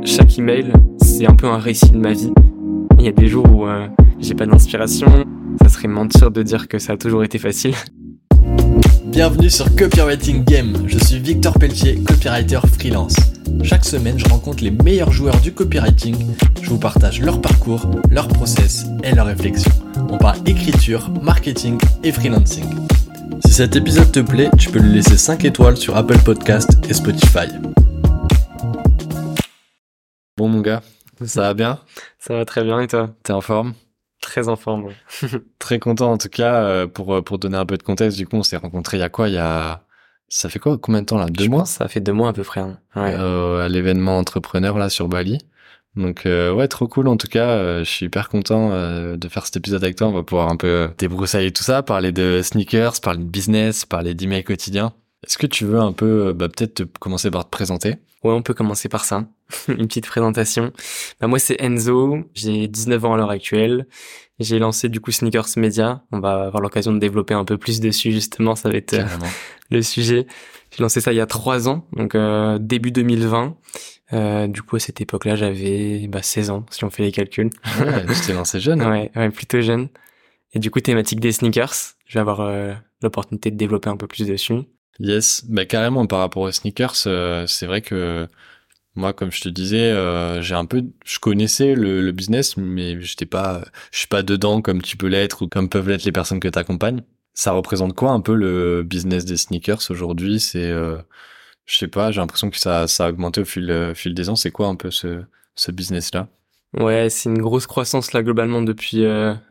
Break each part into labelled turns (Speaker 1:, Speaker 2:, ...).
Speaker 1: chaque email, c'est un peu un récit de ma vie. Il y a des jours où j'ai pas d'inspiration. Ça serait mentir de dire que ça a toujours été facile.
Speaker 2: Bienvenue sur Copywriting Game. Je suis Victor Pelletier, copywriter freelance. Chaque semaine, je rencontre les meilleurs joueurs du copywriting. Je vous partage leur parcours, leur process et leurs réflexions. On parle écriture, marketing et freelancing. Si cet épisode te plaît, tu peux lui laisser 5 étoiles sur Apple Podcast et Spotify. Bon mon gars, ça va bien ?
Speaker 1: Ça va très bien et toi ?
Speaker 2: T'es en forme ?
Speaker 1: Très en forme. Ouais.
Speaker 2: Très content en tout cas. Pour donner un peu de contexte, du coup on s'est rencontrés il y a quoi ? Ça fait quoi ? Combien de temps là ? 2 mois ?
Speaker 1: Ça fait 2 mois à peu près. Hein. Ouais.
Speaker 2: À l'événement entrepreneur là sur Bali. Donc ouais, trop cool en tout cas. Je suis hyper content de faire cet épisode avec toi. On va pouvoir un peu débroussailler tout ça, parler de sneakers, parler de business, parler d'email quotidien. Est-ce que tu veux un peu peut-être commencer par te présenter ?
Speaker 1: Ouais, on peut commencer par ça. Une petite présentation. Moi, c'est Enzo. J'ai 19 ans à l'heure actuelle. J'ai lancé du coup Sneakers Media. On va avoir l'occasion de développer un peu plus dessus, justement. Ça va être le sujet. J'ai lancé ça il y a 3 ans, donc début 2020. Du coup, à cette époque-là, j'avais 16 ans, si on fait les calculs.
Speaker 2: Ouais, tu t'es lancé jeune.
Speaker 1: Ouais, plutôt jeune. Et du coup, thématique des sneakers. Je vais avoir l'opportunité de développer un peu plus dessus.
Speaker 2: Yes, carrément par rapport aux sneakers, c'est vrai que moi, comme je te disais, je connaissais le business, mais je suis pas dedans comme tu peux l'être ou comme peuvent l'être les personnes que t'accompagnes. Ça représente quoi un peu le business des sneakers aujourd'hui ? C'est, je sais pas, j'ai l'impression que ça a augmenté au fil des ans. C'est quoi un peu ce business-là ?
Speaker 1: Ouais, c'est une grosse croissance là globalement depuis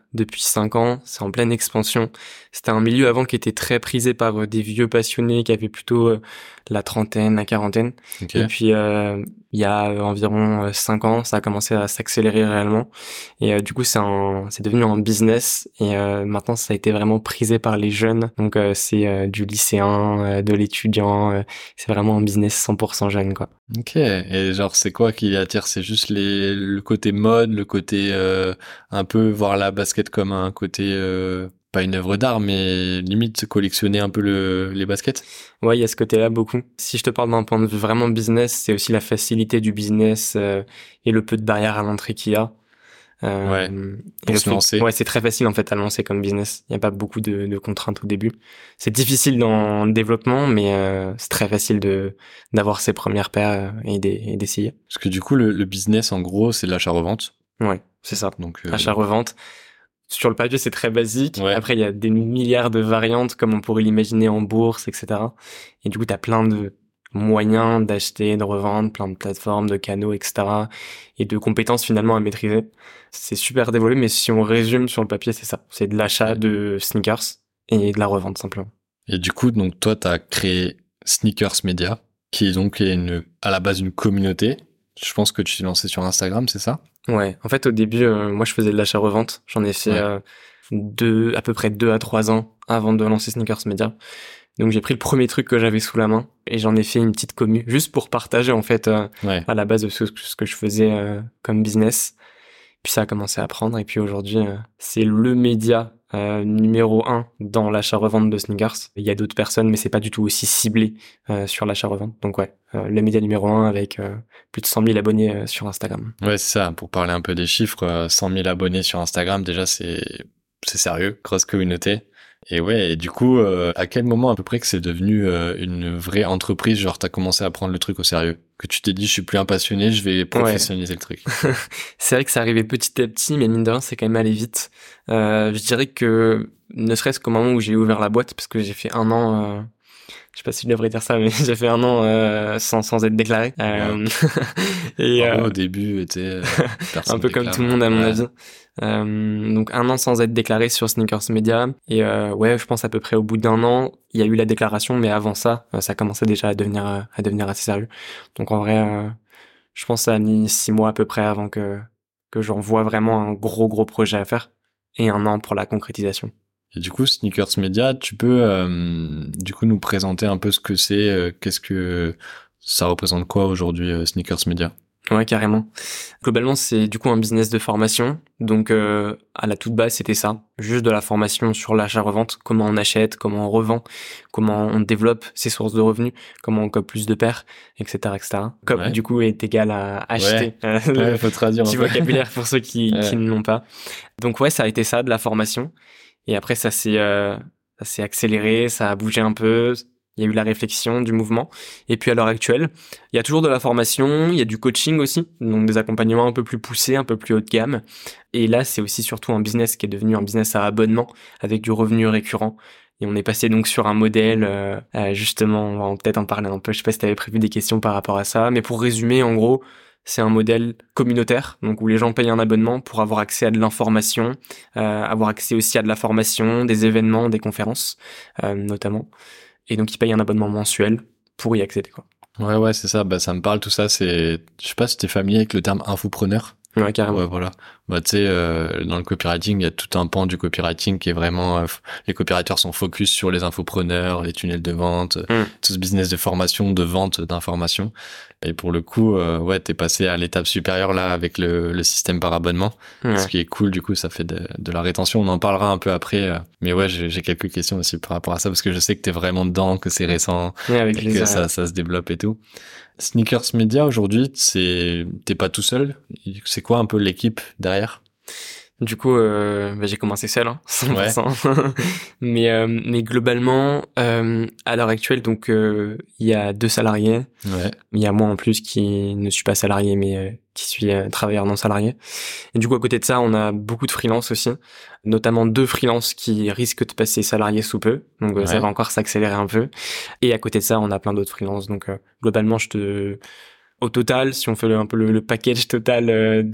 Speaker 1: 5 ans, c'est en pleine expansion. C'était un milieu avant qui était très prisé par des vieux passionnés qui avaient plutôt la trentaine, la quarantaine.
Speaker 2: Okay.
Speaker 1: Et puis il y a environ 5 ans, ça a commencé à s'accélérer réellement. Et du coup, c'est devenu un business. Et maintenant, ça a été vraiment prisé par les jeunes. Donc c'est du lycéen, de l'étudiant. C'est vraiment un business 100% jeune, quoi.
Speaker 2: Ok. Et genre, c'est quoi qui attire ? C'est juste le côté mode, le côté un peu voir la basket comme un côté pas une œuvre d'art, mais limite collectionner un peu les baskets.
Speaker 1: Ouais, il y a ce côté-là beaucoup. Si je te parle d'un point de vue vraiment business, c'est aussi la facilité du business et le peu de barrières à l'entrée qu'il y a.
Speaker 2: Ouais.
Speaker 1: Et
Speaker 2: se lancer.
Speaker 1: Ouais, c'est très facile en fait à lancer comme business. Il n'y a pas beaucoup de contraintes au début. C'est difficile dans le développement, mais c'est très facile d'avoir ses premières paires et d'essayer.
Speaker 2: Parce que du coup, le business, en gros, c'est de l'achat-revente.
Speaker 1: Ouais, c'est ça.
Speaker 2: Donc
Speaker 1: achat-revente. Sur le papier, c'est très basique.
Speaker 2: Ouais.
Speaker 1: Après, il y a des milliards de variantes comme on pourrait l'imaginer en bourse, etc. Et du coup, t'as plein de moyens d'acheter, de revendre, plein de plateformes, de canaux, etc. Et de compétences finalement à maîtriser. C'est super développé, mais si on résume sur le papier, c'est ça. C'est de l'achat de sneakers et de la revente simplement.
Speaker 2: Et du coup, donc toi, t'as créé Sneakers Media, qui est donc à la base une communauté. Je pense que tu t'es lancé sur Instagram, c'est ça ?
Speaker 1: Ouais, en fait au début, moi je faisais de l'achat-revente. J'en ai fait à peu près 2 à 3 ans avant de lancer Sneakers Media. Donc j'ai pris le premier truc que j'avais sous la main et j'en ai fait une petite commu juste pour partager en fait à la base de ce que je faisais comme business. Puis ça a commencé à prendre et puis aujourd'hui c'est le média numéro 1 dans l'achat-revente de sneakers. Il y a d'autres personnes mais c'est pas du tout aussi ciblé sur l'achat-revente. Donc ouais, le média numéro 1 avec plus de 100 000 abonnés sur Instagram.
Speaker 2: Ouais, c'est ça. Pour parler un peu des chiffres, 100 000 abonnés sur Instagram, déjà c'est sérieux, grosse communauté. Et ouais, et du coup, à quel moment à peu près que c'est devenu une vraie entreprise, genre t'as commencé à prendre le truc au sérieux, que tu t'es dit je suis plus un passionné, je vais professionnaliser le truc.
Speaker 1: C'est vrai que ça arrivait petit à petit, mais mine de rien, c'est quand même allé vite. Je dirais que ne serait-ce qu'au moment où j'ai ouvert la boîte, parce que j'ai fait 1 an, je sais pas si je devrais dire ça, mais j'ai fait 1 an sans être déclaré.
Speaker 2: Et au début,
Speaker 1: un peu comme tout le monde à mon avis. Donc 1 an sans être déclaré sur Sneakers Media. Et je pense à peu près au bout d'1 an, il y a eu la déclaration, mais avant ça, ça commençait déjà à devenir assez sérieux. Donc en vrai, je pense que ça a mis 6 mois à peu près avant que j'en vois vraiment un gros projet à faire. Et 1 an pour la concrétisation.
Speaker 2: Et du coup, Sneakers Media, tu peux du coup nous présenter un peu ce que c'est, qu'est-ce que ça représente quoi aujourd'hui Sneakers Media ?
Speaker 1: Ouais, carrément. Globalement, c'est du coup un business de formation. Donc, à la toute base, c'était ça. Juste de la formation sur l'achat-revente. Comment on achète, comment on revend, comment on développe ses sources de revenus, comment on cope plus de paires, etc., etc. Cop, du coup, est égal à acheter.
Speaker 2: Ouais, faut traduire
Speaker 1: Petit
Speaker 2: un peu.
Speaker 1: vocabulaire pour ceux qui ne l'ont pas. Donc, ouais, ça a été ça, de la formation. Et après, ça s'est accéléré, ça a bougé un peu. Il y a eu la réflexion, du mouvement. Et puis à l'heure actuelle, il y a toujours de la formation, il y a du coaching aussi, donc des accompagnements un peu plus poussés, un peu plus haut de gamme. Et là, c'est aussi surtout un business qui est devenu un business à abonnement avec du revenu récurrent. Et on est passé donc sur un modèle, justement, on va peut-être en parler un peu. Je sais pas si tu avais prévu des questions par rapport à ça, mais pour résumer, en gros, c'est un modèle communautaire, donc où les gens payent un abonnement pour avoir accès à de l'information, avoir accès aussi à de la formation, des événements, des conférences, notamment. Et donc, ils payent un abonnement mensuel pour y accéder, quoi.
Speaker 2: Ouais, c'est ça. Bah, ça me parle tout ça. Je sais pas si t'es familier avec le terme infopreneur.
Speaker 1: Ouais, carrément.
Speaker 2: Ouais, voilà. Bah, tu sais, dans le copywriting, il y a tout un pan du copywriting qui est vraiment, les copywriters sont focus sur les infopreneurs, les tunnels de vente, tout ce business de formation, de vente d'informations. Et pour le coup, ouais, t'es passé à l'étape supérieure là avec le système par abonnement.
Speaker 1: Ouais.
Speaker 2: Ce qui est cool, du coup, ça fait de la rétention. On en parlera un peu après. Mais ouais, j'ai quelques questions aussi par rapport à ça parce que je sais que t'es vraiment dedans, que c'est récent,
Speaker 1: avec
Speaker 2: et que ça se développe et tout. Sneakers Media aujourd'hui, t'es pas tout seul. C'est quoi un peu l'équipe derrière?
Speaker 1: Du coup, j'ai commencé seul, 100%. Mais globalement, à l'heure actuelle, donc il y a 2 salariés.
Speaker 2: Ouais.
Speaker 1: Il y a moi en plus qui ne suis pas salarié, mais qui suis travailleur non salarié. Et du coup, à côté de ça, on a beaucoup de freelance aussi, notamment 2 freelances qui risquent de passer salariés sous peu. Donc ça va encore s'accélérer un peu. Et à côté de ça, on a plein d'autres freelances. Donc globalement, au total, si on fait un peu le package total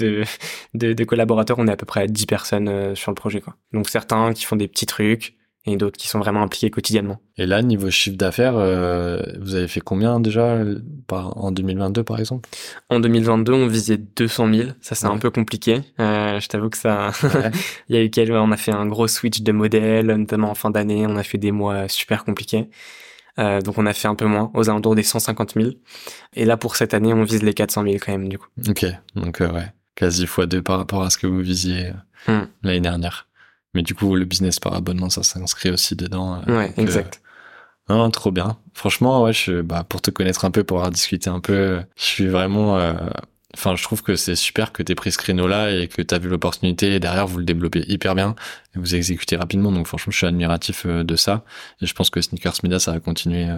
Speaker 1: de collaborateurs, on est à peu près à 10 personnes sur le projet, quoi. Donc certains qui font des petits trucs et d'autres qui sont vraiment impliqués quotidiennement.
Speaker 2: Et là, niveau chiffre d'affaires, vous avez fait combien déjà en 2022 par exemple?
Speaker 1: En 2022, on visait 200 000. Ça, c'est un peu compliqué. Je t'avoue que ça, il y a eu on a fait un gros switch de modèle, notamment en fin d'année. On a fait des mois super compliqués. Donc on a fait un peu moins, aux alentours des 150 000. Et là, pour cette année, on vise les 400 000 quand même, du coup.
Speaker 2: Ok, donc ouais, quasi x2 par rapport à ce que vous visiez l'année dernière. Mais du coup, le business par abonnement, ça s'inscrit aussi dedans.
Speaker 1: Ouais, exact.
Speaker 2: Non, trop bien. Franchement, ouais, pour te connaître un peu, pour avoir discuté un peu, je suis vraiment... Enfin, je trouve que c'est super que t'aies pris ce créneau-là et que t'as vu l'opportunité et derrière, vous le développez hyper bien et vous exécutez rapidement. Donc, franchement, je suis admiratif de ça. Et je pense que Sneakers Media, ça va continuer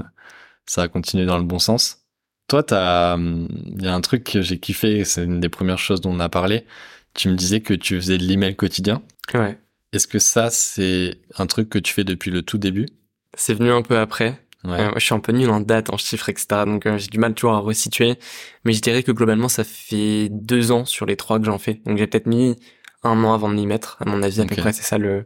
Speaker 2: dans le bon sens. Toi, il y a un truc que j'ai kiffé, c'est une des premières choses dont on a parlé. Tu me disais que tu faisais de l'email quotidien.
Speaker 1: Ouais.
Speaker 2: Est-ce que ça, c'est un truc que tu fais depuis le tout début?
Speaker 1: C'est venu un peu après.
Speaker 2: Ouais.
Speaker 1: Je suis un peu nul en date, en chiffres, etc. Donc j'ai du mal toujours à resituer. Mais je dirais que globalement, ça fait 2 ans sur les 3 que j'en fais. Donc j'ai peut-être mis 1 an avant de m'y mettre. À mon avis, à peu près, c'est ça le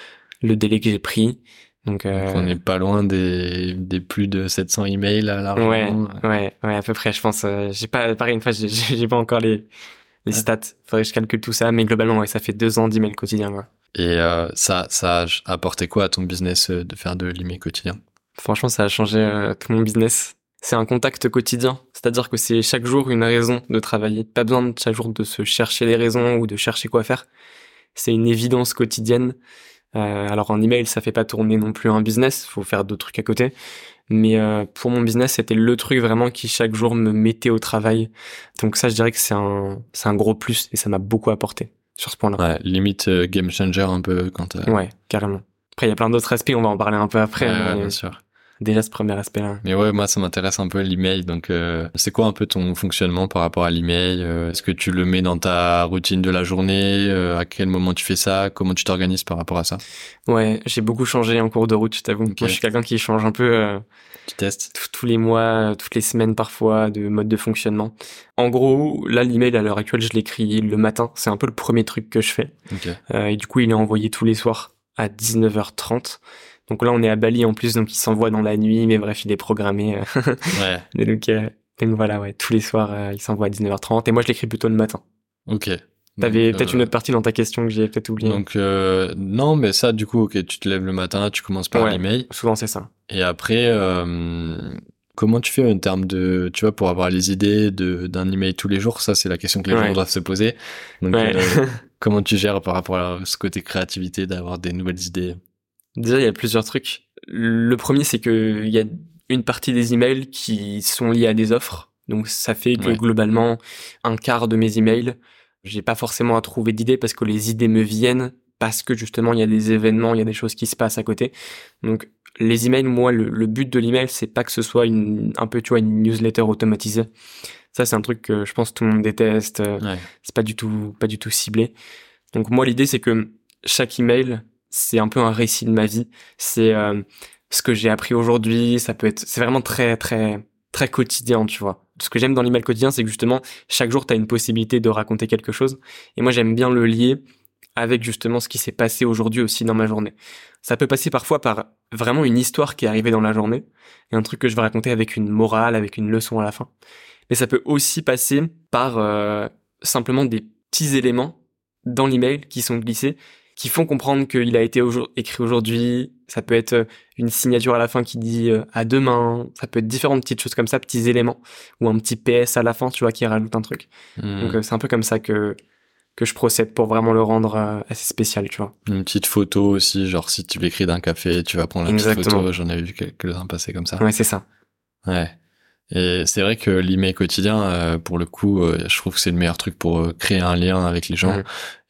Speaker 1: délai que j'ai pris. Donc
Speaker 2: on n'est pas loin des plus de 700 emails là, largement.
Speaker 1: Ouais, à peu près, je pense. J'ai pas, pareil, une fois, j'ai pas encore les stats. Faudrait que je calcule tout ça. Mais globalement, ouais, ça fait 2 ans d'email quotidien, quoi.
Speaker 2: Et ça a apporté quoi à ton business de faire de l'email quotidien?
Speaker 1: Franchement, ça a changé tout mon business. C'est un contact quotidien. C'est-à-dire que c'est chaque jour une raison de travailler. Pas besoin de chaque jour de se chercher des raisons ou de chercher quoi faire. C'est une évidence quotidienne. Alors en email, ça fait pas tourner non plus un business. Faut faire d'autres trucs à côté. Mais pour mon business, c'était le truc vraiment qui chaque jour me mettait au travail. Donc ça, je dirais que c'est un gros plus et ça m'a beaucoup apporté sur ce point-là.
Speaker 2: Ouais, limite game changer un peu quand
Speaker 1: Ouais, carrément. Après, il y a plein d'autres aspects, on va en parler un peu après.
Speaker 2: Ouais, bien sûr.
Speaker 1: Déjà ce premier aspect-là.
Speaker 2: Mais ouais, moi ça m'intéresse un peu l'email. Donc c'est quoi un peu ton fonctionnement par rapport à l'email? Est-ce que tu le mets dans ta routine de la journée? À quel moment tu fais ça? Comment tu t'organises par rapport à ça?
Speaker 1: Ouais, j'ai beaucoup changé en cours de route, je t'avoue. Okay. Moi, je suis quelqu'un qui change un peu.
Speaker 2: Tu testes?
Speaker 1: Tous les mois, toutes les semaines parfois, de mode de fonctionnement. En gros, là, l'email à l'heure actuelle, je l'écris le matin. C'est un peu le premier truc que je fais.
Speaker 2: Okay.
Speaker 1: Et du coup, il est envoyé tous les soirs à 19h30. Donc là, on est à Bali en plus, donc il s'envoie dans la nuit, mais bref, il est programmé.
Speaker 2: Ouais.
Speaker 1: Et donc voilà, ouais, tous les soirs, il s'envoie à 19h30. Et moi, je l'écris plutôt le matin.
Speaker 2: Ok.
Speaker 1: T'avais peut-être une autre partie dans ta question que j'ai peut-être oubliée.
Speaker 2: Donc non, mais ça, du coup, ok, tu te lèves le matin, tu commences par l'email.
Speaker 1: Souvent c'est ça.
Speaker 2: Et après, Comment tu fais en termes de, tu vois, pour avoir les idées d'un email tous les jours? Ça, c'est la question que les gens doivent se poser. Donc, comment tu gères par rapport à ce côté créativité d'avoir des nouvelles idées?
Speaker 1: Déjà, il y a plusieurs trucs. Le premier, c'est que il y a une partie des emails qui sont liés à des offres. Donc, ça fait que globalement, un quart de mes emails, j'ai pas forcément à trouver d'idées parce que les idées me viennent parce que justement, il y a des événements, il y a des choses qui se passent à côté. Donc, les emails, moi, le but de l'email, c'est pas que ce soit un peu, tu vois, une newsletter automatisée. Ça, c'est un truc que je pense que tout le monde déteste. C'est pas du tout ciblé. Donc, moi, l'idée, c'est que chaque email, c'est un peu un récit de ma vie. C'est ce que j'ai appris aujourd'hui. C'est vraiment très, très, très quotidien, tu vois. Ce que j'aime dans l'email quotidien, c'est que justement, chaque jour, t'as une possibilité de raconter quelque chose. Et moi, j'aime bien le lier avec justement ce qui s'est passé aujourd'hui aussi dans ma journée. Ça peut passer parfois par vraiment une histoire qui est arrivée dans la journée, et un truc que je vais raconter avec une morale, avec une leçon à la fin. Mais ça peut aussi passer par simplement des petits éléments dans l'email qui sont glissés, qui font comprendre qu'il a été écrit aujourd'hui. Ça peut être une signature à la fin qui dit à demain. Ça peut être différentes petites choses comme ça, petits éléments, ou un petit PS à la fin, tu vois, qui rajoute un truc. Donc c'est un peu comme ça que je procède pour vraiment le rendre assez spécial, tu vois.
Speaker 2: Une petite photo aussi, genre si tu l'écris d'un café, tu vas prendre la petite photo. J'en avais vu quelques-uns passer comme ça.
Speaker 1: Ouais, c'est ça.
Speaker 2: Ouais. Et c'est vrai que l'email quotidien, pour le coup, je trouve que c'est le meilleur truc pour créer un lien avec les gens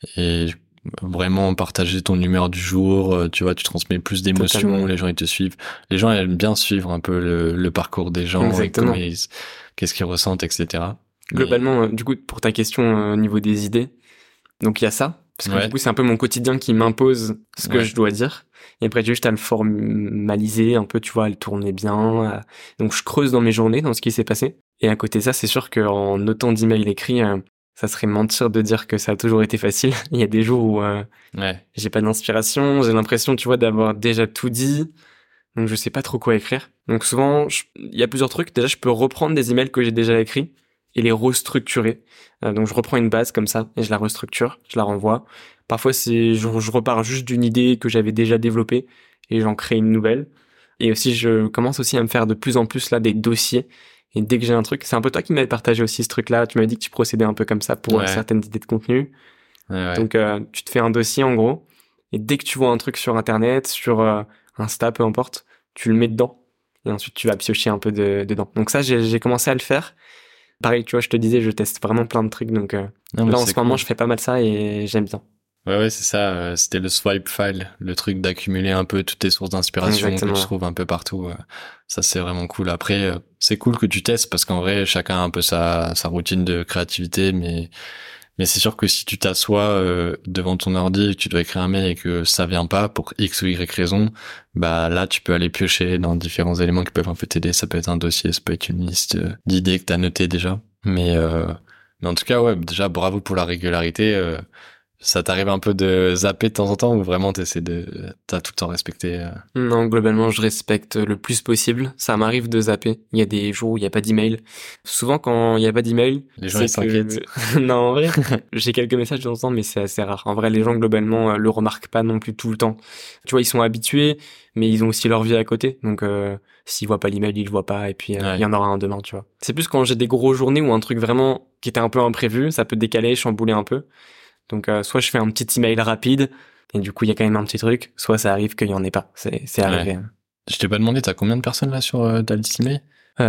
Speaker 2: et vraiment partager ton humeur du jour. Tu vois, tu transmets plus d'émotions, totalement. Les gens ils te suivent. Les gens aiment bien suivre un peu le parcours des gens, qu'est-ce qu'ils ressentent, etc.
Speaker 1: Globalement, du coup, pour ta question au niveau des idées, donc il y a ça, parce que du coup c'est un peu mon quotidien qui m'impose ce que je dois dire. Et après j'ai juste à le formaliser un peu, tu vois, à le tourner bien. Donc je creuse dans mes journées, dans ce qui s'est passé. Et à côté de ça, c'est sûr qu'en autant d'emails écrits, ça serait mentir de dire que ça a toujours été facile. Il y a des jours où j'ai pas d'inspiration, j'ai l'impression, tu vois, d'avoir déjà tout dit. Donc je sais pas trop quoi écrire. Donc souvent, il y a plusieurs trucs. Déjà, je peux reprendre des emails que j'ai déjà écrits et les restructurer. Donc je reprends une base comme ça et je la restructure, je la renvoie. Parfois je repars juste d'une idée que j'avais déjà développée et j'en crée une nouvelle. Et aussi je commence aussi à me faire de plus en plus là des dossiers. Et dès que j'ai un truc, c'est un peu toi qui m'avais partagé aussi ce truc-là. Tu m'avais dit que tu procédais un peu comme ça pour certaines idées de contenu. Donc tu te fais un dossier en gros. Et dès que tu vois un truc sur Internet, sur Insta, peu importe, tu le mets dedans. Et ensuite tu vas piocher un peu dedans. Donc ça, j'ai commencé à le faire. Pareil, tu vois, je te disais, je teste vraiment plein de trucs, donc là en ce moment, je fais pas mal ça et j'aime bien.
Speaker 2: Ouais, c'est ça. C'était le swipe file, le truc d'accumuler un peu toutes tes sources d'inspiration que tu trouves un peu partout. Ça, c'est vraiment cool. Après, c'est cool que tu testes parce qu'en vrai, chacun a un peu sa routine de créativité, mais c'est sûr que si tu t'assois devant ton ordi et que tu dois écrire un mail et que ça vient pas pour X ou Y raison, bah là tu peux aller piocher dans différents éléments qui peuvent un peu t'aider. Ça peut être un dossier, ça peut être une liste d'idées que t'as notées déjà. Mais en tout cas, ouais, déjà bravo pour la régularité. Ça t'arrive un peu de zapper de temps en temps ou vraiment t'as tout le temps respecté
Speaker 1: Non, globalement, je respecte le plus possible. Ça m'arrive de zapper. Il y a des jours où il y a pas d'email. Souvent, quand il y a pas d'email,
Speaker 2: les gens ils s'inquiètent.
Speaker 1: Non, en vrai, j'ai quelques messages de temps en temps, mais c'est assez rare. En vrai, les gens globalement le remarquent pas non plus tout le temps. Tu vois, ils sont habitués, mais ils ont aussi leur vie à côté. Donc, s'ils voient pas l'email, ils le voient pas. Et puis, il y en aura un demain, tu vois. C'est plus quand j'ai des grosses journées ou un truc vraiment qui était un peu imprévu, ça peut décaler, chambouler un peu. Donc soit je fais un petit email rapide et du coup il y a quand même un petit truc, soit ça arrive qu'il y en ait pas. C'est arrivé.
Speaker 2: Je t'ai pas demandé, t'as combien de personnes là sur ta liste email?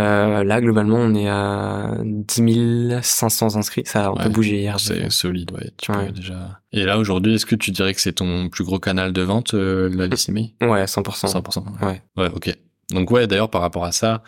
Speaker 1: Là globalement on est à 10 500 inscrits, ça a un peu bougé hier.
Speaker 2: C'est solide, tu peux déjà. Et là aujourd'hui, est-ce que tu dirais que c'est ton plus gros canal de vente, la liste email?
Speaker 1: Ouais, 100%.
Speaker 2: 100%. Ouais, ok. Donc d'ailleurs par rapport à ça,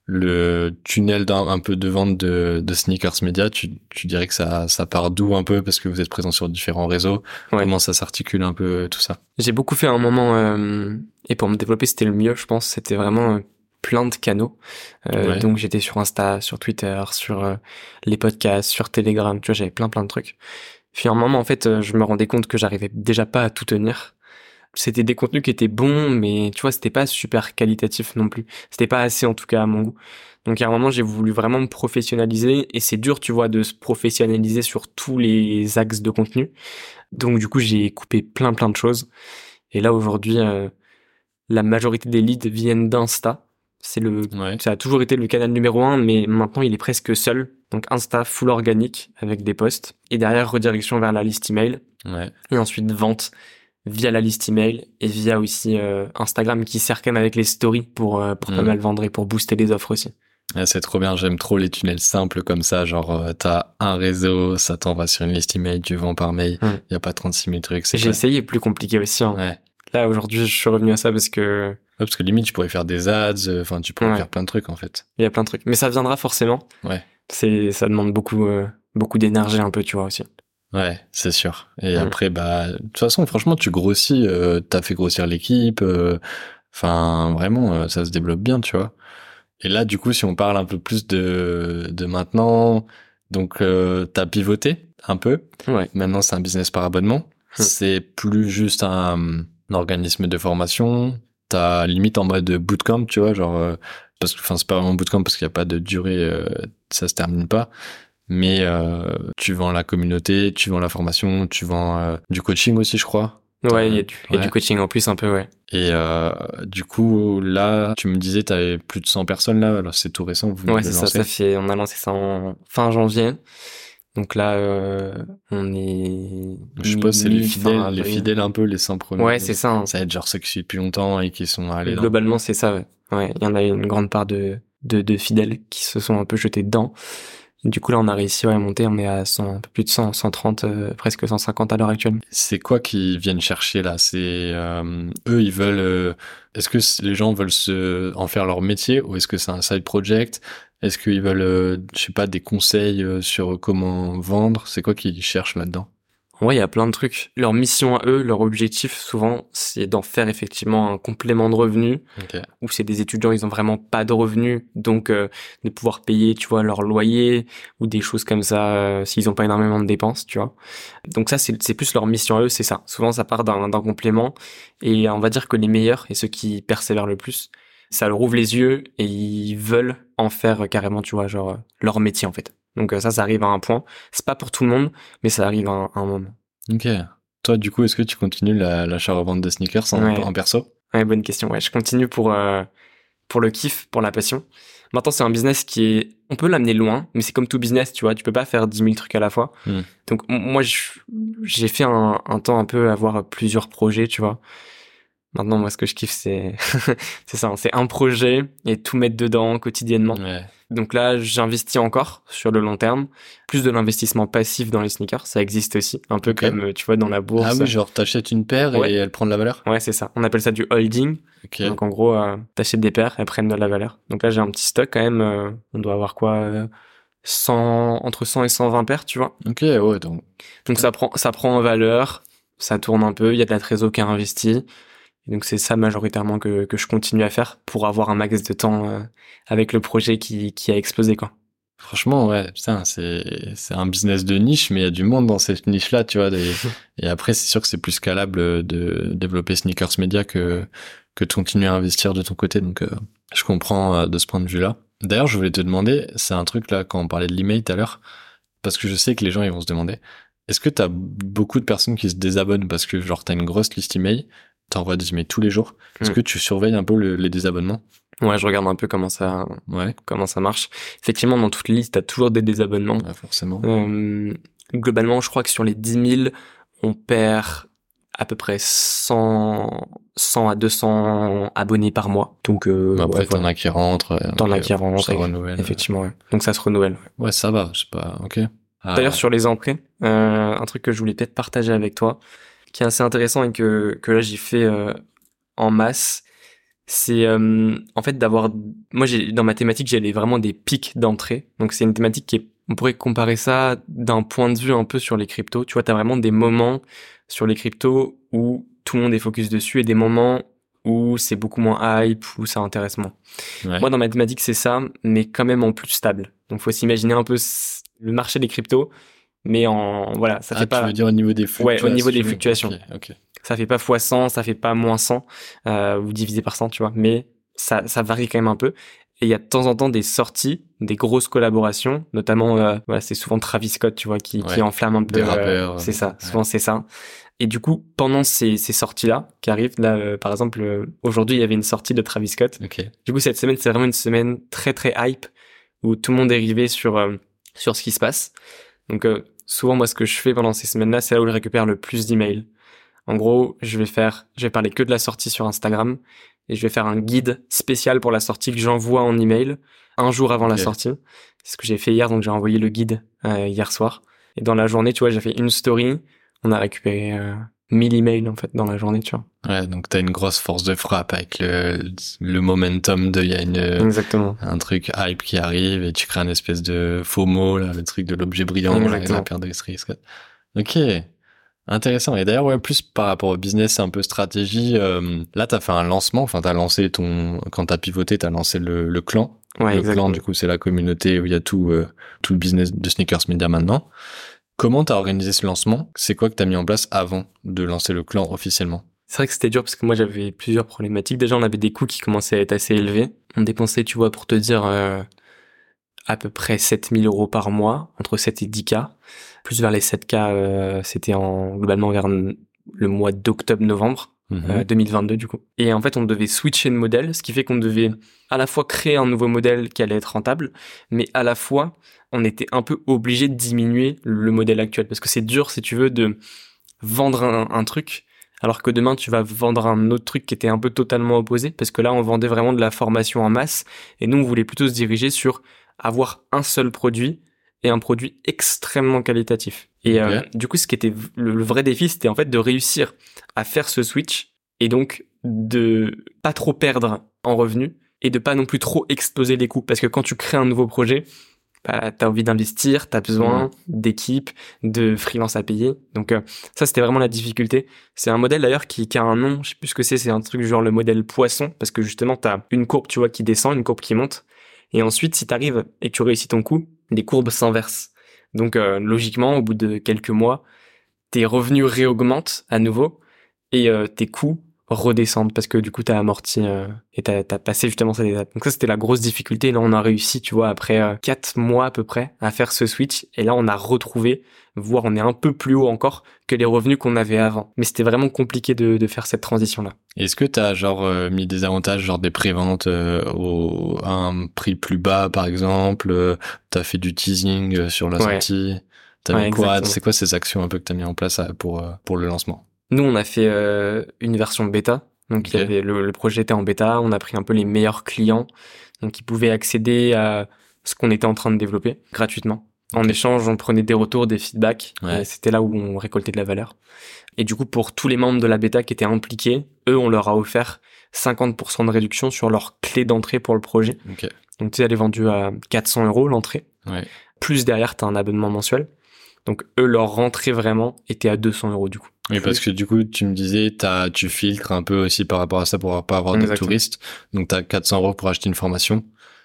Speaker 2: le tunnel un peu de vente de Sneakers Media, tu dirais que ça part d'où un peu parce que vous êtes présent sur différents réseaux. Comment ça s'articule un peu tout ça?
Speaker 1: J'ai beaucoup fait à un moment et pour me développer c'était le mieux, je pense. C'était vraiment plein de canaux. Donc j'étais sur Insta, sur Twitter, sur les podcasts, sur Telegram. Tu vois, j'avais plein de trucs. Puis à un moment en fait, je me rendais compte que j'arrivais déjà pas à tout tenir. C'était des contenus qui étaient bons, mais tu vois, c'était pas super qualitatif non plus. C'était pas assez, en tout cas, à mon goût. Donc, à un moment, j'ai voulu vraiment me professionnaliser, et c'est dur, tu vois, de se professionnaliser sur tous les axes de contenu. Donc, du coup, j'ai coupé plein de choses. Et là, aujourd'hui, la majorité des leads viennent d'Insta.
Speaker 2: Ouais.
Speaker 1: Ça a toujours été le canal numéro 1, mais maintenant il est presque seul. Donc Insta full organique avec des posts et derrière redirection vers la liste email
Speaker 2: Ouais.
Speaker 1: et ensuite vente via la liste email et via aussi Instagram qui sert quand même avec les stories pour pas mal vendre et pour booster les offres aussi.
Speaker 2: Ouais, c'est trop bien, j'aime trop les tunnels simples comme ça, genre t'as un réseau, ça t'envoie sur une liste email, tu vends par mail, y a pas 36 000 trucs.
Speaker 1: J'ai essayé plus compliqué aussi. Hein.
Speaker 2: Ouais.
Speaker 1: Là aujourd'hui je suis revenu à ça parce que...
Speaker 2: Ouais, parce que limite tu pourrais faire des ads, enfin tu pourrais faire plein de trucs en fait.
Speaker 1: Il y a plein de trucs, mais ça viendra forcément.
Speaker 2: Ouais.
Speaker 1: Ça demande beaucoup d'énergie un peu, tu vois aussi.
Speaker 2: Ouais, c'est sûr. Et après, bah, de toute façon, franchement, tu grossis, t'as fait grossir l'équipe, enfin, vraiment, ça se développe bien, tu vois. Et là, du coup, si on parle un peu plus de maintenant, donc, t'as pivoté un peu.
Speaker 1: Ouais.
Speaker 2: Maintenant, c'est un business par abonnement. C'est plus juste un organisme de formation. T'as limite en mode bootcamp, tu vois, genre, parce que, enfin, c'est pas vraiment bootcamp parce qu'il y a pas de durée, ça se termine pas. Mais tu vends la communauté, tu vends la formation, tu vends du coaching aussi, je crois.
Speaker 1: Ouais, il y a du coaching en plus un peu, ouais.
Speaker 2: Et du coup, là, tu me disais, t'avais plus de 100 personnes là, alors c'est tout récent, vous
Speaker 1: ouais, c'est ça, on a lancé ça en fin janvier. Donc là, on est...
Speaker 2: Je suppose c'est les fidèles un peu, les 100 premiers.
Speaker 1: Ouais, c'est ça. Hein.
Speaker 2: Ça va être genre ceux qui suivent depuis longtemps et qui sont allés
Speaker 1: globalement, c'est ça, ouais. Ouais, il y en a une grande part de fidèles qui se sont un peu jetés dedans. Du coup, là, on a réussi à monter, on est à 100, un peu plus de 100, 130, presque 150 à l'heure actuelle.
Speaker 2: C'est quoi qu'ils viennent chercher là? C'est eux, ils veulent. Est-ce que les gens veulent en faire leur métier ou est-ce que c'est un side project? Est-ce qu'ils veulent, je sais pas, des conseils sur comment vendre? C'est quoi qu'ils cherchent là-dedans?
Speaker 1: Ouais, il y a plein de trucs. Leur mission à eux, leur objectif, souvent, c'est d'en faire effectivement un complément de revenus.
Speaker 2: Okay.
Speaker 1: Ou c'est des étudiants, ils ont vraiment pas de revenus, donc de pouvoir payer, tu vois, leur loyer ou des choses comme ça s'ils ont pas énormément de dépenses, tu vois. Donc ça, c'est plus leur mission à eux, c'est ça. Souvent, ça part d'un complément et on va dire que les meilleurs et ceux qui persévèrent le plus, ça leur ouvre les yeux et ils veulent en faire carrément, tu vois, genre leur métier en fait. Donc ça arrive à un point. C'est pas pour tout le monde, mais ça arrive à un moment.
Speaker 2: Ok. Toi, du coup, est-ce que tu continues l'achat-revente de sneakers en perso?
Speaker 1: Ouais, bonne question. Ouais, je continue pour le kiff, pour la passion. Maintenant, c'est un business on peut l'amener loin, mais c'est comme tout business, tu vois. Tu peux pas faire 10 000 trucs à la fois. Donc moi, j'ai fait un temps un peu avoir plusieurs projets, tu vois. Maintenant, moi, ce que je kiffe, c'est c'est ça. C'est un projet et tout mettre dedans quotidiennement.
Speaker 2: Ouais.
Speaker 1: Donc là, j'investis encore sur le long terme. Plus de l'investissement passif dans les sneakers, ça existe aussi. Un peu comme, tu vois, dans la bourse.
Speaker 2: Ah oui, genre t'achètes une paire et elle prend de la valeur?
Speaker 1: Ouais, c'est ça. On appelle ça du holding.
Speaker 2: Okay.
Speaker 1: Donc en gros, t'achètes des paires, elles prennent de la valeur. Donc là, j'ai un petit stock quand même. On doit avoir quoi 100, entre 100 et 120 paires, tu vois.
Speaker 2: Ok, ouais. Donc
Speaker 1: ça prend en valeur, ça tourne un peu, il y a de la trésor qui est investie. Et donc c'est ça majoritairement que je continue à faire pour avoir un max de temps avec le projet qui a explosé, quoi.
Speaker 2: Franchement, ouais, putain, c'est un business de niche, mais il y a du monde dans cette niche-là, tu vois. Et après, c'est sûr que c'est plus scalable de développer Sneakers Media que de continuer à investir de ton côté. Donc, je comprends de ce point de vue-là. D'ailleurs, je voulais te demander, c'est un truc là, quand on parlait de l'email tout à l'heure, parce que je sais que les gens, ils vont se demander, est-ce que t'as beaucoup de personnes qui se désabonnent parce que, genre, t'as une grosse liste email, t'envoies des emails tous les jours. Est-ce que tu surveilles un peu les désabonnements?
Speaker 1: Ouais, je regarde un peu comment ça marche. Effectivement, dans toutes les listes, t'as toujours des désabonnements.
Speaker 2: Ouais, forcément.
Speaker 1: Globalement, je crois que sur les 10 000, on perd à peu près 100 à 200 abonnés par mois. Donc,
Speaker 2: après, t'en as qui rentrent.
Speaker 1: Ça
Speaker 2: renouvelle.
Speaker 1: Effectivement, ouais. Donc, ça se renouvelle.
Speaker 2: Ouais, ça va, c'est pas, ok.
Speaker 1: D'ailleurs, sur les entrées, un truc que je voulais peut-être partager avec toi, qui est assez intéressant et que là, j'ai fait en masse, c'est en fait moi dans ma thématique j'avais vraiment des pics d'entrée, donc c'est une thématique on pourrait comparer ça d'un point de vue un peu sur les cryptos, tu vois, t'as vraiment des moments sur les cryptos où tout le monde est focus dessus et des moments où c'est beaucoup moins hype, où ça intéresse moins. Ouais. Moi dans ma thématique c'est ça, mais quand même en plus stable, donc faut s'imaginer un peu le marché des cryptos, mais voilà, ça fait pas...
Speaker 2: tu veux dire au niveau des fluctuations?
Speaker 1: Ouais, au niveau des fluctuations.
Speaker 2: Ok.
Speaker 1: Ça fait pas fois 100, ça fait pas moins 100, ou divisé par 100, tu vois. Mais ça varie quand même un peu. Et il y a de temps en temps des sorties, des grosses collaborations, notamment, c'est souvent Travis Scott, tu vois, qui enflamme un peu.
Speaker 2: Des rappeurs.
Speaker 1: C'est ça. Souvent, c'est ça. Et du coup, pendant ces sorties-là qui arrivent, là, par exemple, aujourd'hui, il y avait une sortie de Travis Scott.
Speaker 2: Ok.
Speaker 1: Du coup, cette semaine, c'est vraiment une semaine très, très hype où tout le monde est rivé sur ce qui se passe. Donc, souvent, moi, ce que je fais pendant ces semaines-là, c'est là où je récupère le plus d'emails. En gros, je vais parler que de la sortie sur Instagram et je vais faire un guide spécial pour la sortie que j'envoie en email un jour avant la sortie. C'est ce que j'ai fait hier, donc j'ai envoyé le guide hier soir. Et dans la journée, tu vois, j'ai fait une story. On a récupéré 1000 emails en fait dans la journée, tu vois.
Speaker 2: Ouais, donc t'as une grosse force de frappe avec le momentum il y a
Speaker 1: Exactement.
Speaker 2: un truc hype qui arrive et tu crées un espèce de FOMO, là, le truc de l'objet brillant, là, et la paire de Travis. Ok. Intéressant. Et d'ailleurs, ouais, plus par rapport au business, un peu stratégie, là, t'as fait un lancement, enfin, quand t'as pivoté, t'as lancé le clan.
Speaker 1: Ouais,
Speaker 2: le
Speaker 1: exactement.
Speaker 2: clan, du coup, c'est la communauté où il y a tout le business de Sneakers Media maintenant. Comment t'as organisé ce lancement? C'est quoi que t'as mis en place avant de lancer le clan officiellement?
Speaker 1: C'est vrai que c'était dur parce que moi j'avais plusieurs problématiques. Déjà, on avait des coûts qui commençaient à être assez élevés. On dépensait, tu vois, pour te dire, à peu près 7000 euros par mois, entre 7 et 10K. Plus vers les 7K, c'était globalement vers le mois d'octobre-novembre. 2022 du coup. Et en fait, on devait switcher de modèle, ce qui fait qu'on devait à la fois créer un nouveau modèle qui allait être rentable, mais à la fois, on était un peu obligé de diminuer le modèle actuel parce que c'est dur, si tu veux, de vendre un truc alors que demain tu vas vendre un autre truc qui était un peu totalement opposé parce que là, on vendait vraiment de la formation en masse et nous, on voulait plutôt se diriger sur avoir un seul produit et un produit extrêmement qualitatif. Et du coup, ce qui était le vrai défi, c'était en fait de réussir à faire ce switch et donc de pas trop perdre en revenus et de pas non plus trop exploser les coûts. Parce que quand tu crées un nouveau projet, bah, t'as envie d'investir, t'as besoin d'équipes, de freelance à payer. Donc ça, c'était vraiment la difficulté. C'est un modèle d'ailleurs qui a un nom, je sais plus ce que c'est un truc genre le modèle poisson, parce que justement, t'as une courbe, tu vois, qui descend, une courbe qui monte. Et ensuite, si t'arrives et que tu réussis ton coup, les courbes s'inversent. Donc logiquement, au bout de quelques mois, tes revenus réaugmentent à nouveau et tes coûts redescendent parce que du coup t'as amorti et t'as passé justement cette étape. Donc ça c'était la grosse difficulté. Là on a réussi, tu vois, après 4 mois à peu près à faire ce switch et là on a retrouvé, voire on est un peu plus haut encore que les revenus qu'on avait avant. Mais c'était vraiment compliqué de faire cette transition là.
Speaker 2: Est-ce que t'as mis des avantages, genre des préventes à un prix plus bas par exemple, t'as fait du teasing sur la sortie, t'as mis quoi? C'est quoi ces actions un peu que t'as mis en place pour le lancement?
Speaker 1: Nous, on a fait une version bêta. Donc, il y avait le projet était en bêta. On a pris un peu les meilleurs clients, donc ils pouvaient accéder à ce qu'on était en train de développer gratuitement. En échange, on prenait des retours, des feedbacks. Et c'était là où on récoltait de la valeur. Et du coup, pour tous les membres de la bêta qui étaient impliqués, eux, on leur a offert 50% de réduction sur leur clé d'entrée pour le projet. Donc, tu sais, elle est vendue à 400 euros l'entrée. Plus derrière, t'as un abonnement mensuel. Donc, eux, leur rentrée vraiment était à 200 euros du coup.
Speaker 2: Oui, parce que du coup, tu me disais, tu filtres un peu aussi par rapport à ça pour pas avoir de touristes. Donc, t'as 400 euros pour acheter une formation.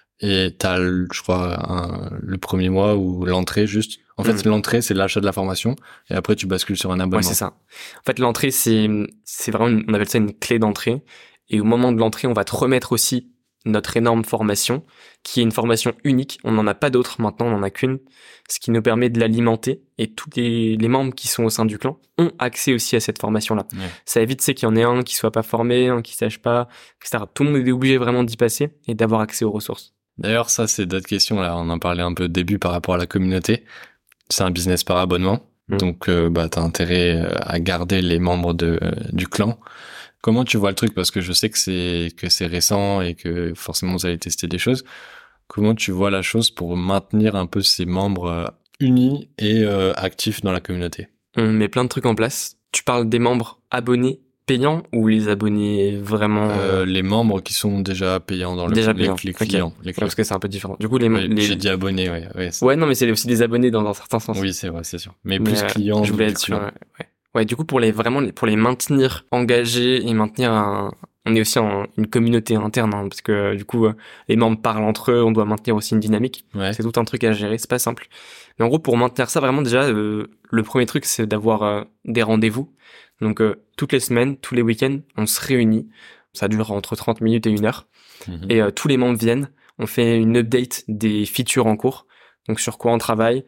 Speaker 2: Et t'as, je crois, le premier mois où l'entrée juste. En fait, l'entrée, c'est l'achat de la formation. Et après, tu bascules sur un abonnement.
Speaker 1: Ouais, c'est ça. En fait, l'entrée, c'est vraiment, on appelle ça une clé d'entrée. Et au moment de l'entrée, on va te remettre aussi notre énorme formation, qui est une formation unique. On n'en a pas d'autres maintenant, on n'en a qu'une. Ce qui nous permet de l'alimenter. Et tous les membres qui sont au sein du clan ont accès aussi à cette formation-là. Ça évite, qu'il y en ait un qui soit pas formé, un qui sache pas, etc. Tout le monde est obligé vraiment d'y passer et d'avoir accès aux ressources.
Speaker 2: D'ailleurs, ça, c'est d'autres questions. Là, on en parlait un peu au début par rapport à la communauté. C'est un business par abonnement. Donc, t'as intérêt à garder les membres du clan. Comment tu vois le truc? Parce que je sais que c'est récent et que forcément vous allez tester des choses. Comment tu vois la chose pour maintenir un peu ces membres unis et actifs dans la communauté?
Speaker 1: On met plein de trucs en place. Tu parles des membres abonnés payants ou les abonnés vraiment
Speaker 2: les membres qui sont déjà payants dans les clients.
Speaker 1: Parce que c'est un peu différent. Du coup,
Speaker 2: j'ai dit abonnés,
Speaker 1: ouais, non, mais c'est aussi des abonnés dans un certain sens.
Speaker 2: Oui, c'est vrai, c'est sûr. Mais plus clients.
Speaker 1: Je voulais être sûr. Ouais, du coup, pour les maintenir engagés et maintenir on est aussi une communauté interne, hein, parce que du coup, les membres parlent entre eux, on doit maintenir aussi une dynamique. C'est tout un truc à gérer, c'est pas simple. Mais en gros, pour maintenir ça, vraiment déjà, le premier truc, c'est d'avoir des rendez-vous. Donc, toutes les semaines, tous les week-ends, on se réunit. Ça dure entre 30 minutes et 1 heure. Et tous les membres viennent. On fait une update des features en cours. Donc, sur quoi on travaille.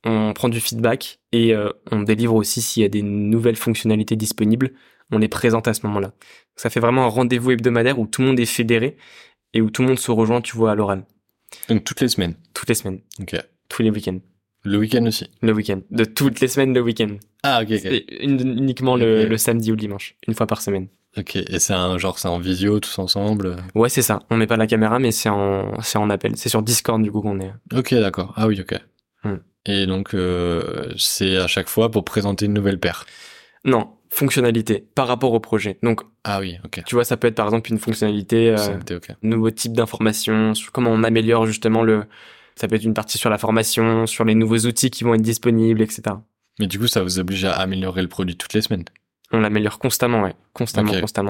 Speaker 1: on prend du feedback et on délivre aussi s'il y a des nouvelles fonctionnalités disponibles, on les présente à ce moment-là. Ça fait vraiment un rendez-vous hebdomadaire où tout le monde est fédéré et où tout le monde se rejoint, tu vois, à l'oral.
Speaker 2: Donc toutes les semaines.
Speaker 1: Toutes les semaines.
Speaker 2: Ok.
Speaker 1: Tous les week-ends.
Speaker 2: Le week-end aussi.
Speaker 1: Le week-end. De toutes les semaines, le week-end.
Speaker 2: Ah, ok.
Speaker 1: C'est uniquement le samedi ou le dimanche. Une fois par semaine.
Speaker 2: Ok. Et c'est en visio, tous ensemble?
Speaker 1: Ouais, c'est ça. On met pas la caméra, mais c'est en appel. C'est sur Discord, du coup, qu'on est.
Speaker 2: Ok, d'accord. Ah oui, ok. Et donc, c'est à chaque fois pour présenter une nouvelle paire.
Speaker 1: Non, fonctionnalité par rapport au projet. Donc,
Speaker 2: ah oui, ok.
Speaker 1: Tu vois, ça peut être par exemple une fonctionnalité,
Speaker 2: okay.
Speaker 1: nouveau type d'information, sur comment on améliore justement ça peut être une partie sur la formation, sur les nouveaux outils qui vont être disponibles, etc.
Speaker 2: Mais du coup, ça vous oblige à améliorer le produit toutes les semaines?
Speaker 1: On l'améliore constamment, ouais. Constamment.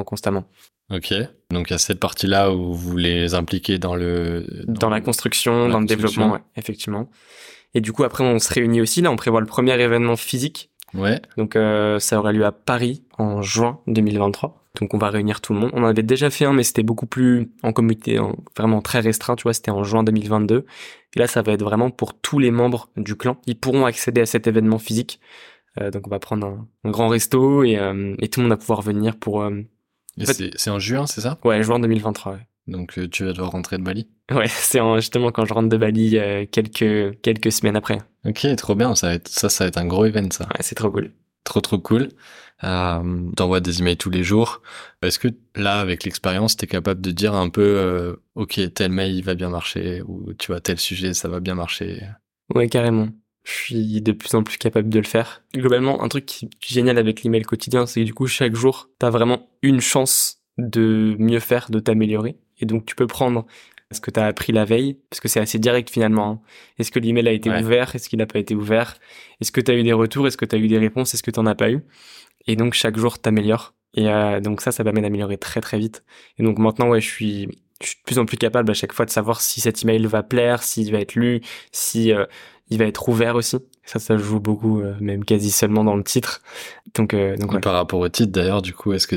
Speaker 2: Ok. Donc, il y a cette partie-là où vous les impliquez dans
Speaker 1: la construction, dans le développement, ouais, effectivement. Et du coup, après, on se réunit aussi. Là, on prévoit le premier événement physique.
Speaker 2: Ouais.
Speaker 1: Donc, ça aura lieu à Paris en juin 2023. Donc, on va réunir tout le monde. On en avait déjà fait un, mais c'était beaucoup plus en comité, vraiment très restreint, tu vois. C'était en juin 2022. Et là, ça va être vraiment pour tous les membres du clan. Ils pourront accéder à cet événement physique. Donc, on va prendre un grand resto et tout le monde va pouvoir venir pour...
Speaker 2: c'est en juin, c'est ça?
Speaker 1: Ouais, juin 2023, ouais.
Speaker 2: Donc, tu vas devoir rentrer de Bali?
Speaker 1: Ouais, c'est justement quand je rentre de Bali quelques semaines après.
Speaker 2: Ok, trop bien. Ça va être un gros event, ça.
Speaker 1: Ouais, c'est trop cool.
Speaker 2: Trop cool. T'envoies des emails tous les jours. Est-ce que là, avec l'expérience, t'es capable de dire un peu, ok, tel mail il va bien marcher, ou tu vois, tel sujet ça va bien marcher?
Speaker 1: Ouais, carrément. Je suis de plus en plus capable de le faire. Globalement, un truc qui est génial avec l'email quotidien, c'est que du coup, chaque jour, t'as vraiment une chance de mieux faire, de t'améliorer. Et donc, tu peux prendre ce que t'as appris la veille, parce que c'est assez direct finalement. Hein. Est-ce que l'email a été ouvert? Est-ce qu'il n'a pas été ouvert? Est-ce que t'as eu des retours? Est-ce que t'as eu des réponses? Est-ce que t'en as pas eu? Et donc, chaque jour, t'améliores. Et donc ça permet d'améliorer très très vite. Et donc maintenant, ouais, je suis de plus en plus capable à chaque fois de savoir si cet email va plaire, s'il va être lu, si il va être ouvert aussi. Ça joue beaucoup, même quasi seulement dans le titre. Donc ouais.
Speaker 2: Par rapport au titre, d'ailleurs, du coup, est-ce que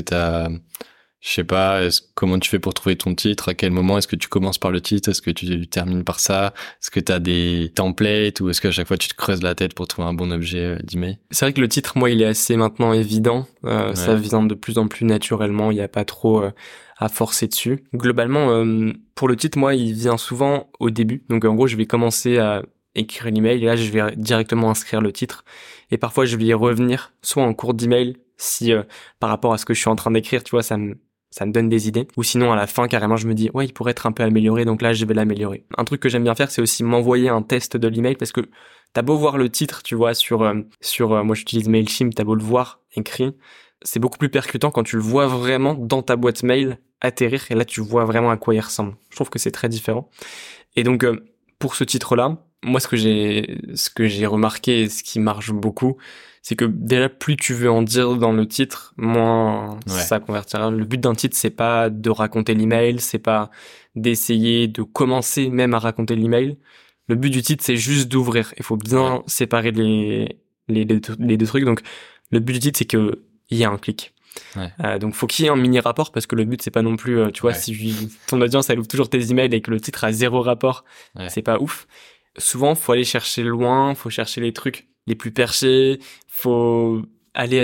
Speaker 2: je sais pas, comment tu fais pour trouver ton titre? À quel moment est-ce que tu commences par le titre? Est-ce que tu termines par ça? Est-ce que t'as des templates ou est-ce qu'à chaque fois tu te creuses la tête pour trouver un bon objet d'email?
Speaker 1: C'est vrai que le titre, moi, il est assez maintenant évident. Ça vient de plus en plus naturellement. Il n'y a pas trop à forcer dessus. Globalement, pour le titre, moi, il vient souvent au début. Donc en gros, je vais commencer à écrire l'email et là, je vais directement inscrire le titre. Et parfois, je vais y revenir, soit en cours d'email, si par rapport à ce que je suis en train d'écrire, tu vois, ça me donne des idées. Ou sinon, à la fin, carrément, je me dis, ouais, il pourrait être un peu amélioré, donc là, je vais l'améliorer. Un truc que j'aime bien faire, c'est aussi m'envoyer un test de l'email, parce que t'as beau voir le titre, tu vois, sur moi, j'utilise Mailchimp, t'as beau le voir écrit, c'est beaucoup plus percutant quand tu le vois vraiment dans ta boîte mail atterrir, et là, tu vois vraiment à quoi il ressemble. Je trouve que c'est très différent. Et donc, pour ce titre-là, moi, ce que j'ai remarqué et ce qui marche beaucoup, c'est que déjà, plus tu veux en dire dans le titre, moins ça convertira. Le but d'un titre, c'est pas de raconter l'email, c'est pas d'essayer de commencer même à raconter l'email. Le but du titre, c'est juste d'ouvrir. Il faut bien séparer les deux trucs. Donc, le but du titre, c'est que il y a un clic. Donc, faut qu'il y ait un mini rapport parce que le but, c'est pas non plus, tu vois, si ton audience, elle ouvre toujours tes emails et que le titre a 0 rapport, c'est pas ouf. Souvent, faut aller chercher loin, faut chercher les trucs les plus perchés, faut aller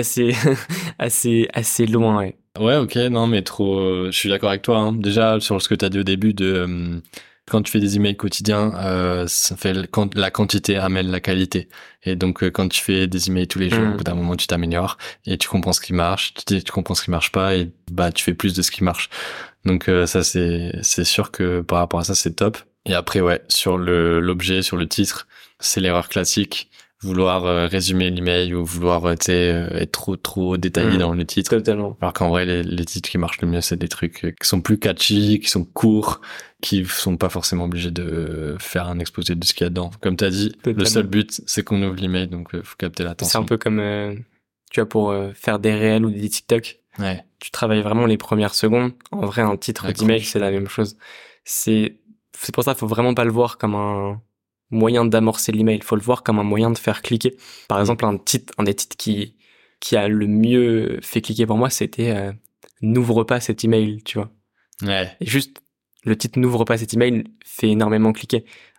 Speaker 1: assez loin, ouais.
Speaker 2: Ouais, ok, non, mais je suis d'accord avec toi, hein. Déjà, sur ce que t'as dit au début quand tu fais des emails quotidiens, ça fait la quantité amène la qualité. Et donc, quand tu fais des emails tous les jours, au bout d'un moment, tu t'améliores et tu comprends ce qui marche, tu comprends ce qui marche pas et tu fais plus de ce qui marche. Donc, ça, c'est sûr que par rapport à ça, c'est top. Et après, sur l'objet, sur le titre, c'est l'erreur classique. Vouloir résumer l'email ou vouloir être trop détaillé dans le titre.
Speaker 1: Totalement.
Speaker 2: Alors qu'en vrai, les titres qui marchent le mieux, c'est des trucs qui sont plus catchy, qui sont courts, qui sont pas forcément obligés de faire un exposé de ce qu'il y a dedans. Comme t'as dit, le seul but, c'est qu'on ouvre l'email, donc faut capter l'attention.
Speaker 1: C'est un peu comme, tu vois, pour faire des réels ou des TikTok. Tu travailles vraiment les premières secondes. En vrai, un titre d'email, c'est la même chose. C'est pour ça, faut vraiment pas le voir comme un moyen d'amorcer l'email. Faut le voir comme un moyen de faire cliquer. Par exemple, un des titres qui a le mieux fait cliquer pour moi, c'était n'ouvre pas cet email, tu vois. Et juste, le titre n'ouvre pas cet email fait énormément cliquer.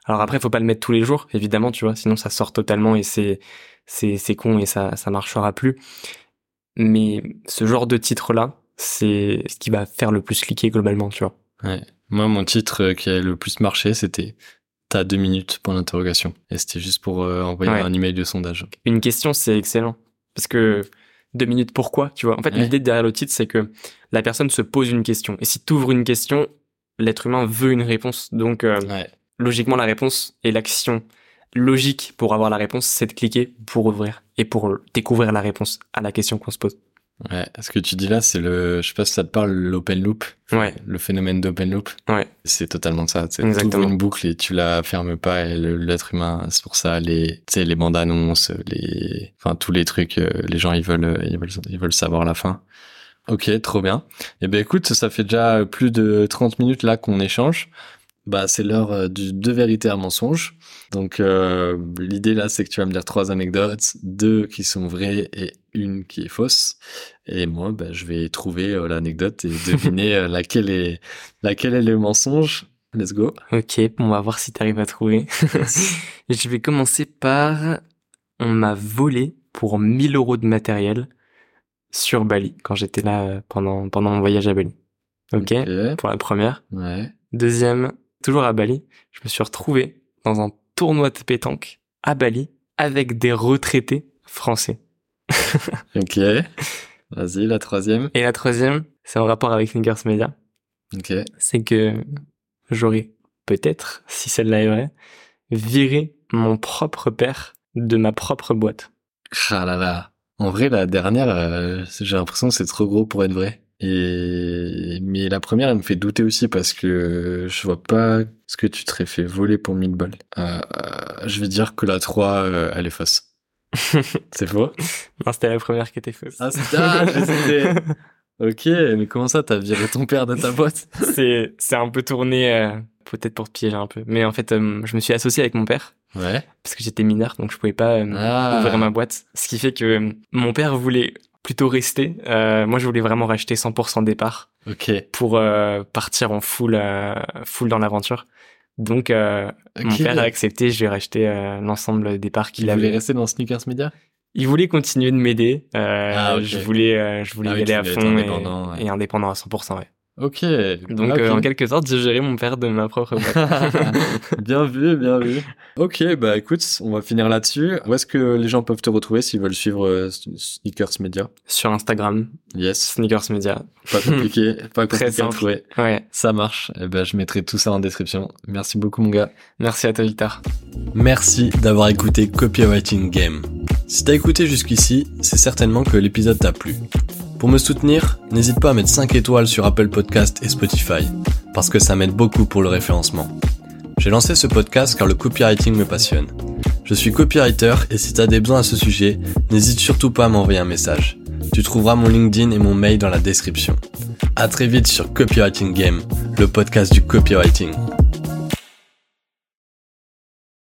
Speaker 1: Alors après, faut pas le mettre tous les jours, évidemment, tu vois, sinon ça sort totalement et c'est con et ça marchera plus. Mais ce genre de titre-là, c'est ce qui va faire le plus cliquer globalement, tu vois.
Speaker 2: Ouais. Moi, mon titre qui a le plus marché, c'était t'as 2 minutes pour l'interrogation. Et c'était juste pour envoyer un email de sondage.
Speaker 1: Une question, c'est excellent. Parce que 2 minutes pourquoi, tu vois. En fait, l'idée derrière le titre, c'est que la personne se pose une question. Et si t'ouvres une question, l'être humain veut une réponse. Donc, logiquement, la réponse et l'action logique pour avoir la réponse, c'est de cliquer pour ouvrir et pour découvrir la réponse à la question qu'on se pose.
Speaker 2: Ouais, ce que tu dis là, c'est je sais pas si ça te parle, l'open loop.
Speaker 1: Ouais.
Speaker 2: Le phénomène d'open loop.
Speaker 1: Ouais.
Speaker 2: C'est totalement ça. Tu ouvres
Speaker 1: Exactement.
Speaker 2: une boucle et tu la fermes pas et l'être humain, c'est pour ça, les bandes annonces, tous les trucs, les gens, ils veulent savoir la fin. Ok, trop bien. Eh ben, écoute, ça fait déjà plus de 30 minutes là qu'on échange. Bah, c'est l'heure du 2 vérités à mensonge. Donc, l'idée là, c'est que tu vas me dire 3 anecdotes, 2 qui sont vraies et 1 qui est fausse. Et moi, bah, je vais trouver l'anecdote et deviner laquelle est le mensonge. Let's go.
Speaker 1: Ok, on va voir si t'arrives à trouver. Je vais commencer par, on m'a volé pour 1 000 € de matériel sur Bali, quand j'étais là pendant mon voyage à Bali. Ok. Pour la première.
Speaker 2: Ouais.
Speaker 1: Deuxième, toujours à Bali, je me suis retrouvé dans un tournoi de pétanque à Bali avec des retraités français.
Speaker 2: Ok. Vas-y, la troisième.
Speaker 1: Et la troisième, c'est en rapport avec Sneakers Media.
Speaker 2: Ok.
Speaker 1: C'est que j'aurais peut-être, si celle-là est vraie, viré mon propre père de ma propre boîte.
Speaker 2: Ah là là. En vrai, la dernière, j'ai l'impression que c'est trop gros pour être vrai. Mais la première, elle me fait douter aussi parce que je vois pas ce que tu te serais fait voler pour 1000 balles. Je vais dire que la 3, elle est fausse. C'est faux?
Speaker 1: Non, c'était la première qui était fausse.
Speaker 2: Ah, c'était... Ok, mais comment ça, t'as viré ton père de ta boîte?
Speaker 1: C'est un peu tourné, peut-être pour te piéger un peu. Mais en fait, je me suis associé avec mon père.
Speaker 2: Ouais.
Speaker 1: Parce que j'étais mineur, donc je pouvais pas ouvrir ma boîte. Ce qui fait que mon père voulait plutôt rester. Moi, je voulais vraiment racheter 100% des parts.
Speaker 2: Ok.
Speaker 1: Pour partir en full dans l'aventure. Donc, mon père a accepté. Je lui ai racheté l'ensemble des parts qu'il avait.
Speaker 2: Il voulait rester dans Sneakers Media?
Speaker 1: Il voulait continuer de m'aider.
Speaker 2: Okay.
Speaker 1: Je voulais y aller à fond et indépendant à 100%. Ouais.
Speaker 2: Ok.
Speaker 1: Donc, en quelque sorte, j'ai géré mon père de ma propre boîte.
Speaker 2: Bien vu, bien vu. Ok, bah écoute, on va finir là-dessus. Où est-ce que les gens peuvent te retrouver s'ils veulent suivre Sneakers Media?
Speaker 1: Sur Instagram.
Speaker 2: Yes.
Speaker 1: Sneakers Media.
Speaker 2: Pas compliqué, pas compliqué.
Speaker 1: Très simple.
Speaker 2: À trouver.
Speaker 1: Ouais.
Speaker 2: Ça marche. Eh ben, je mettrai tout ça en description. Merci beaucoup, mon gars.
Speaker 1: Merci à toi, Victor.
Speaker 2: Merci d'avoir écouté Copywriting Game. Si t'as écouté jusqu'ici, c'est certainement que l'épisode t'a plu. Pour me soutenir, n'hésite pas à mettre 5 étoiles sur Apple Podcast et Spotify, parce que ça m'aide beaucoup pour le référencement. J'ai lancé ce podcast car le copywriting me passionne. Je suis copywriter et si t'as des besoins à ce sujet, n'hésite surtout pas à m'envoyer un message. Tu trouveras mon LinkedIn et mon mail dans la description. À très vite sur Copywriting Game, le podcast du copywriting.